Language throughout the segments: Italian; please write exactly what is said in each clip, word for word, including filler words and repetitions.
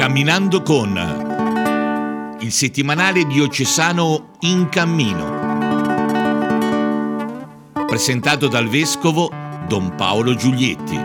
Camminando con, il settimanale diocesano In Cammino, presentato dal vescovo Don Paolo Giulietti.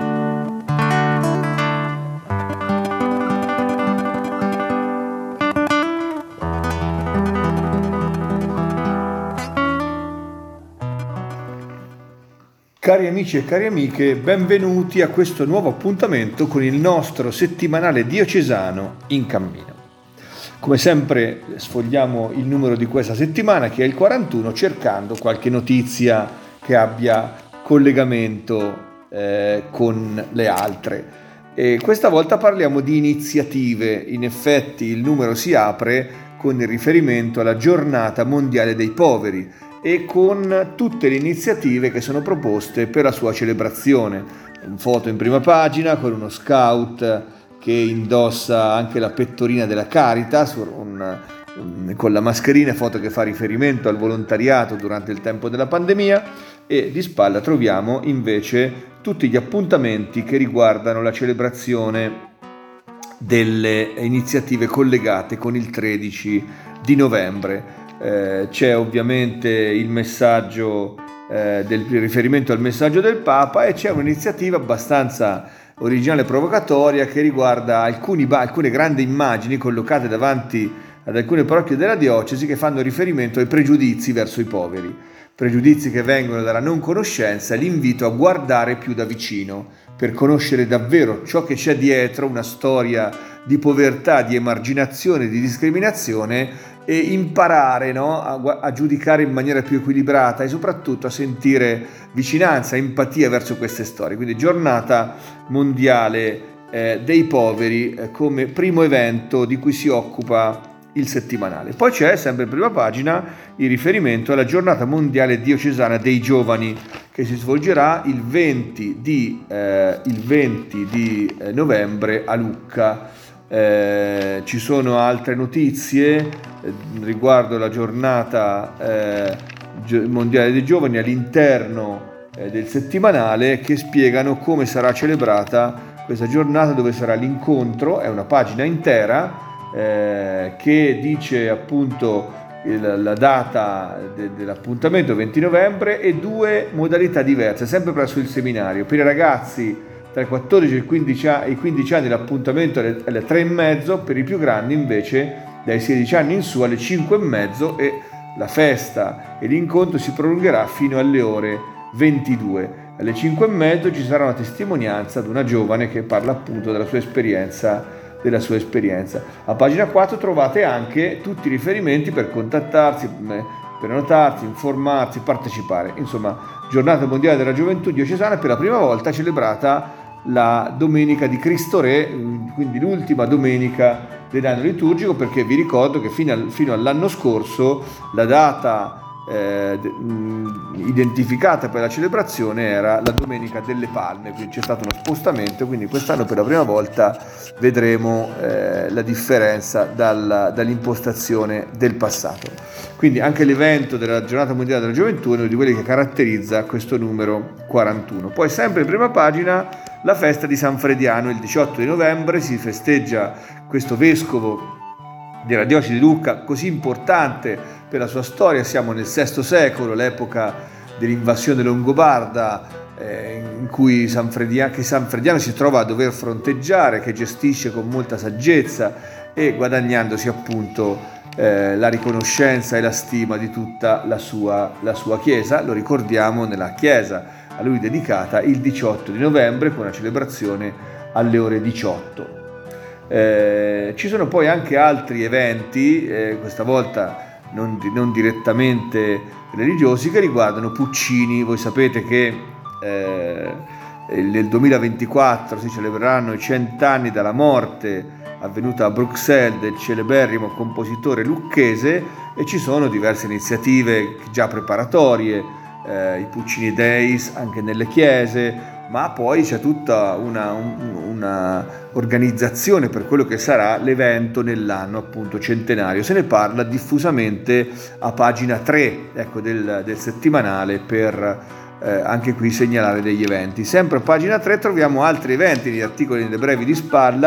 Cari amici e cari amiche, benvenuti a questo nuovo appuntamento con il nostro settimanale diocesano In Cammino. Come sempre sfogliamo il numero di questa settimana, che è il quarantuno, cercando qualche notizia che abbia collegamento eh, con le altre. E questa volta parliamo di iniziative. In effetti il numero si apre con il riferimento alla Giornata Mondiale dei Poveri e con tutte le iniziative che sono proposte per la sua celebrazione. Un foto in prima pagina con uno scout che indossa anche la pettorina della Caritas, un, un, con la mascherina, foto che fa riferimento al volontariato durante il tempo della pandemia, e di spalla troviamo invece tutti gli appuntamenti che riguardano la celebrazione delle iniziative collegate con il tredici di novembre. Eh, c'è ovviamente il messaggio eh, del riferimento al messaggio del Papa, e c'è un'iniziativa abbastanza originale e provocatoria che riguarda alcuni, alcune grandi immagini collocate davanti ad alcune parrocchie della diocesi che fanno riferimento ai pregiudizi verso i poveri, pregiudizi che vengono dalla non conoscenza, e l'invito a guardare più da vicino per conoscere davvero ciò che c'è dietro una storia di povertà, di emarginazione, di discriminazione, e imparare no, a, a giudicare in maniera più equilibrata e soprattutto a sentire vicinanza, empatia verso queste storie. Quindi giornata mondiale eh, dei poveri eh, come primo evento di cui si occupa il settimanale. Poi c'è sempre in prima pagina il riferimento alla giornata mondiale diocesana dei giovani, che si svolgerà il venti di, eh, il venti di novembre a Lucca. Eh, ci sono altre notizie eh, riguardo la giornata eh, mondiale dei giovani all'interno eh, del settimanale, che spiegano come sarà celebrata questa giornata, dove sarà l'incontro. È una pagina intera eh, che dice appunto il, la data de, dell'appuntamento venti novembre e due modalità diverse, sempre presso il seminario. Per i ragazzi tra i quattordici e i quindici anni l'appuntamento è alle tre e mezzo, per i più grandi invece dai sedici anni in su alle cinque e mezzo, e la festa e l'incontro si prolungherà fino alle ore ventidue. Alle cinque e mezzo ci sarà una testimonianza ad una giovane che parla appunto della sua esperienza, della sua esperienza. A pagina quattro trovate anche tutti i riferimenti per contattarsi, per annotarsi, informarsi, partecipare. Insomma, giornata mondiale della gioventù diocesana, per la prima volta celebrata la domenica di Cristo Re, quindi l'ultima domenica dell'anno liturgico, perché vi ricordo che fino, al, fino all'anno scorso la data eh, identificata per la celebrazione era la domenica delle Palme, quindi c'è stato uno spostamento, quindi quest'anno per la prima volta vedremo eh, la differenza dalla, dall'impostazione del passato. Quindi anche l'evento della giornata mondiale della gioventù è uno di quelli che caratterizza questo numero quarantuno. Poi sempre in prima pagina la festa di San Frediano. Il diciotto di novembre si festeggia questo vescovo della diocesi di Lucca, così importante per la sua storia. Siamo nel sesto secolo, l'epoca dell'invasione longobarda, eh, in cui San Frediano, che San Frediano si trova a dover fronteggiare, che gestisce con molta saggezza e guadagnandosi appunto eh, la riconoscenza e la stima di tutta la sua, la sua chiesa. Lo ricordiamo nella chiesa a lui dedicata il diciotto di novembre con una celebrazione alle ore diciotto. Eh, ci sono poi anche altri eventi, eh, questa volta non, non direttamente religiosi, che riguardano Puccini. Voi sapete che eh, nel duemilaventiquattro si celebreranno i cent'anni dalla morte avvenuta a Bruxelles del celeberrimo compositore lucchese, e ci sono diverse iniziative già preparatorie, eh, i Puccini Days anche nelle chiese, ma poi c'è tutta una, un, una organizzazione per quello che sarà l'evento nell'anno appunto centenario. Se ne parla diffusamente a pagina tre, ecco, del, del settimanale, per eh, anche qui segnalare degli eventi. Sempre a pagina tre troviamo altri eventi, gli articoli dei brevi di spalla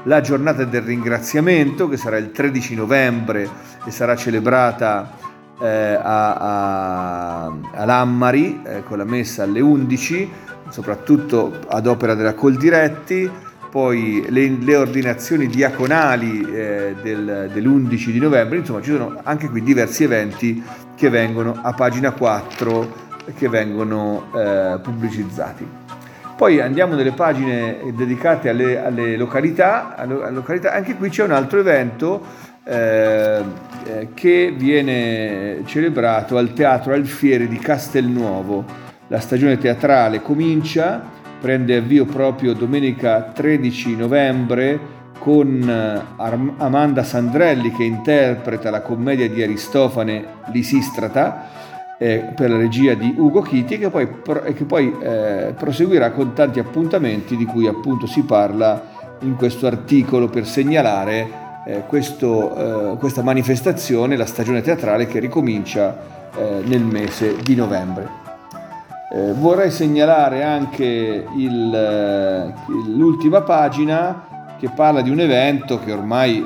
la giornata del ringraziamento, che sarà il tredici novembre e sarà celebrata eh, a, a, a Lammari eh, con la messa alle undici, soprattutto ad opera della Coldiretti. Poi le, le ordinazioni diaconali eh, del, dell'undici di novembre. Insomma, ci sono anche qui diversi eventi che vengono a pagina quattro, che vengono eh, pubblicizzati. Poi andiamo nelle pagine dedicate alle, alle, località, alle località. Anche qui c'è un altro evento eh, eh, che viene celebrato al Teatro Alfieri di Castelnuovo. La stagione teatrale comincia, prende avvio proprio domenica tredici novembre con Amanda Sandrelli che interpreta la commedia di Aristofane Lisistrata eh, per la regia di Ugo Chiti, che poi, che poi eh, proseguirà con tanti appuntamenti di cui appunto si parla in questo articolo per segnalare eh, questo, eh, questa manifestazione, la stagione teatrale che ricomincia eh, nel mese di novembre. Eh, vorrei segnalare anche il, eh, l'ultima pagina che parla di un evento che ormai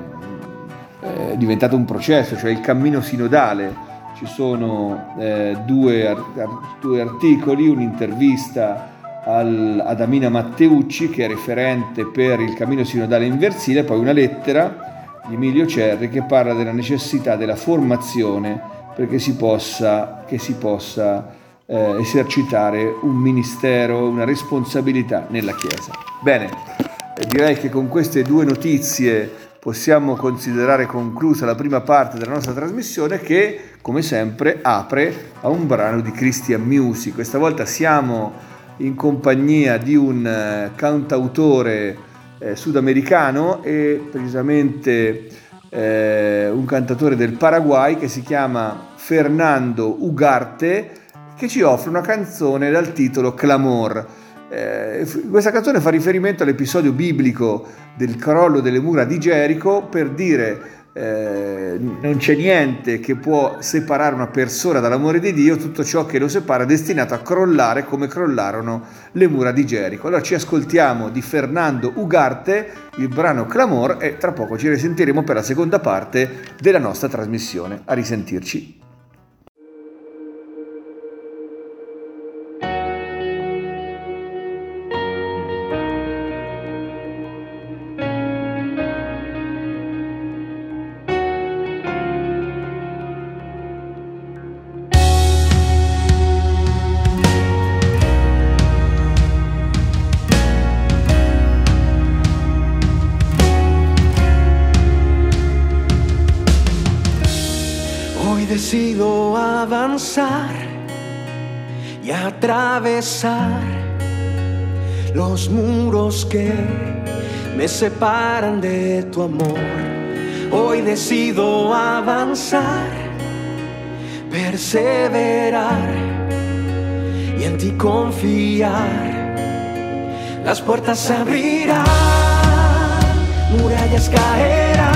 è, è diventato un processo, cioè il cammino sinodale. Ci sono eh, due, due articoli, un'intervista al, ad Amina Matteucci, che è referente per il cammino sinodale in Versile, poi una lettera di Emilio Cerri che parla della necessità della formazione perché si possa, che si possa Eh, esercitare un ministero, una responsabilità nella Chiesa. Bene, eh, direi che con queste due notizie possiamo considerare conclusa la prima parte della nostra trasmissione, che come sempre apre a un brano di Christian Music. Questa volta siamo in compagnia di un eh, cantautore eh, sudamericano e precisamente eh, un cantatore del Paraguay che si chiama Fernando Ugarte, che ci offre una canzone dal titolo Clamor. Eh, questa canzone fa riferimento all'episodio biblico del crollo delle mura di Gerico, per dire eh, non c'è niente che può separare una persona dall'amore di Dio, tutto ciò che lo separa è destinato a crollare come crollarono le mura di Gerico. Allora ci ascoltiamo di Fernando Ugarte il brano Clamor e tra poco ci risentiremo per la seconda parte della nostra trasmissione. A risentirci. Decido avanzar y atravesar los muros que me separan de tu amor. Hoy decido avanzar, perseverar y en ti confiar. Las puertas se abrirán, murallas caerán.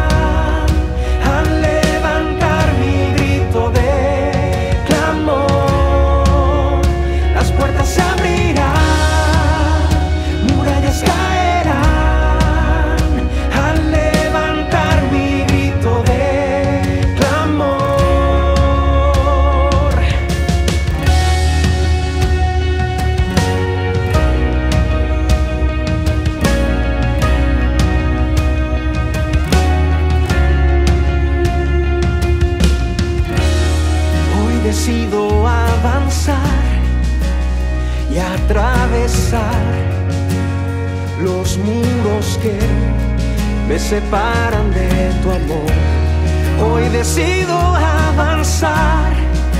Decido avanzar y atravesar los muros que me separan de tu amor. Hoy decido avanzar,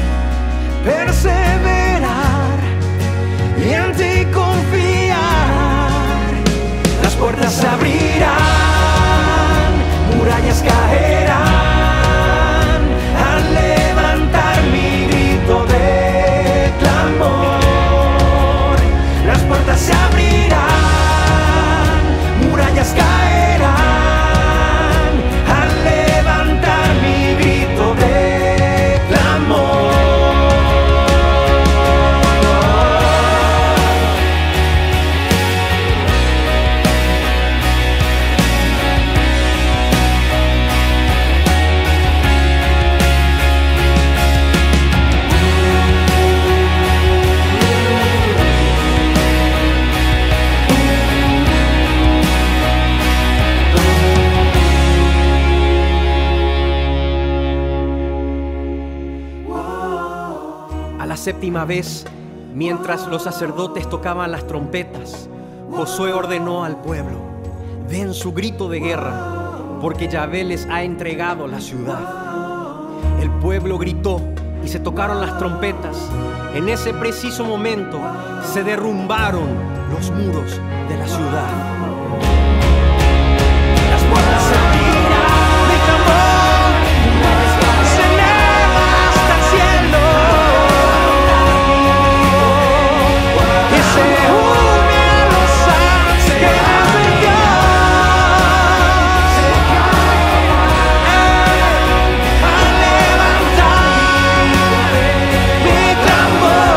perseverar y en ti confiar. Las puertas se abrirán, murallas caerán. De clamor, las puertas se abrirán, murallas caerán al levantar mi grito de clamor. séptima vez, mientras los sacerdotes tocaban las trompetas, Josué ordenó al pueblo: den su grito de guerra, porque Yahvé les ha entregado la ciudad. El pueblo gritó y se tocaron las trompetas. En ese preciso momento se derrumbaron los muros de la ciudad. Las puertas se abrirán, mi tambor se eleva hasta el cielo, y se une a los ángeles de Dios a levantar mi tambor.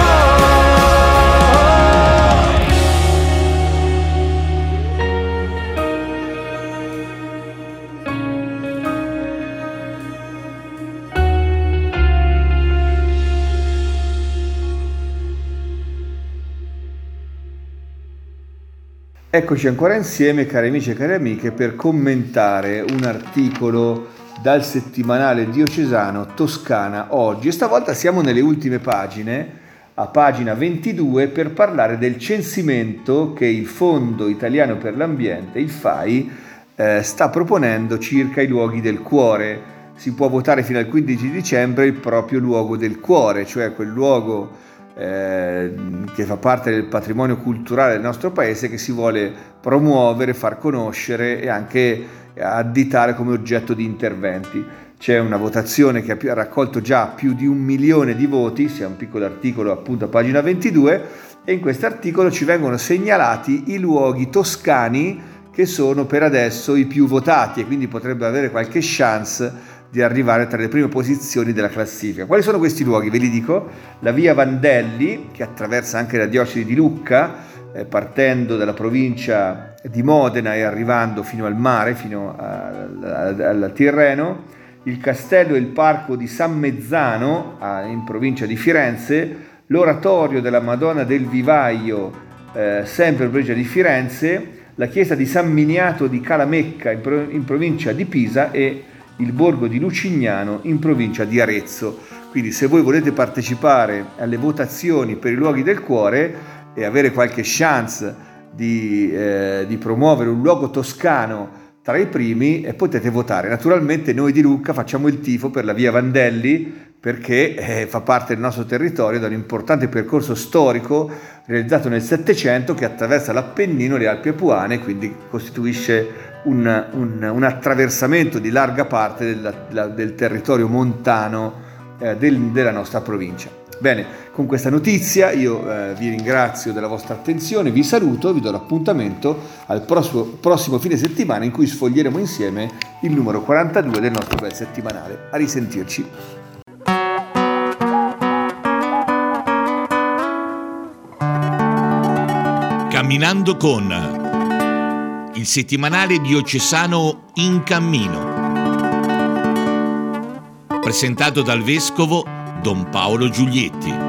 Eccoci ancora insieme, cari amici e cari amiche, per commentare un articolo dal settimanale diocesano Toscana Oggi. E stavolta siamo nelle ultime pagine, a pagina ventidue, per parlare del censimento che il Fondo Italiano per l'Ambiente, il F A I, eh, sta proponendo circa i luoghi del cuore. Si può votare fino al quindici dicembre il proprio luogo del cuore, cioè quel luogo Eh, che fa parte del patrimonio culturale del nostro paese, che si vuole promuovere, far conoscere e anche additare come oggetto di interventi. C'è una votazione che ha raccolto già più di un milione di voti, sia un piccolo articolo appunto a pagina ventidue, e in questo articolo ci vengono segnalati i luoghi toscani che sono per adesso i più votati e quindi potrebbe avere qualche chance di arrivare tra le prime posizioni della classifica. Quali sono questi luoghi? Ve li dico: la via Vandelli, che attraversa anche la diocesi di Lucca, eh, partendo dalla provincia di Modena e arrivando fino al mare, fino al Tirreno; il castello e il parco di San Mezzano, a, in provincia di Firenze; l'oratorio della Madonna del Vivaio, eh, sempre in provincia di Firenze; la chiesa di San Miniato di Calamecca, in, pro, in provincia di Pisa, e il borgo di Lucignano in provincia di Arezzo. Quindi se voi volete partecipare alle votazioni per i luoghi del cuore e avere qualche chance di, eh, di promuovere un luogo toscano tra i primi, eh, potete votare. Naturalmente noi di Lucca facciamo il tifo per la via Vandelli, perché eh, fa parte del nostro territorio, da un importante percorso storico realizzato nel Settecento che attraversa l'Appennino e le Alpi Apuane, quindi costituisce un, un, un attraversamento di larga parte del, la, del territorio montano eh, del, della nostra provincia. Bene, con questa notizia io eh, vi ringrazio della vostra attenzione, vi saluto, vi do l'appuntamento al prossimo, prossimo fine settimana, in cui sfoglieremo insieme il numero quarantadue del nostro bel settimanale. A risentirci. Camminando con il settimanale diocesano In Cammino, presentato dal vescovo Don Paolo Giuglietti.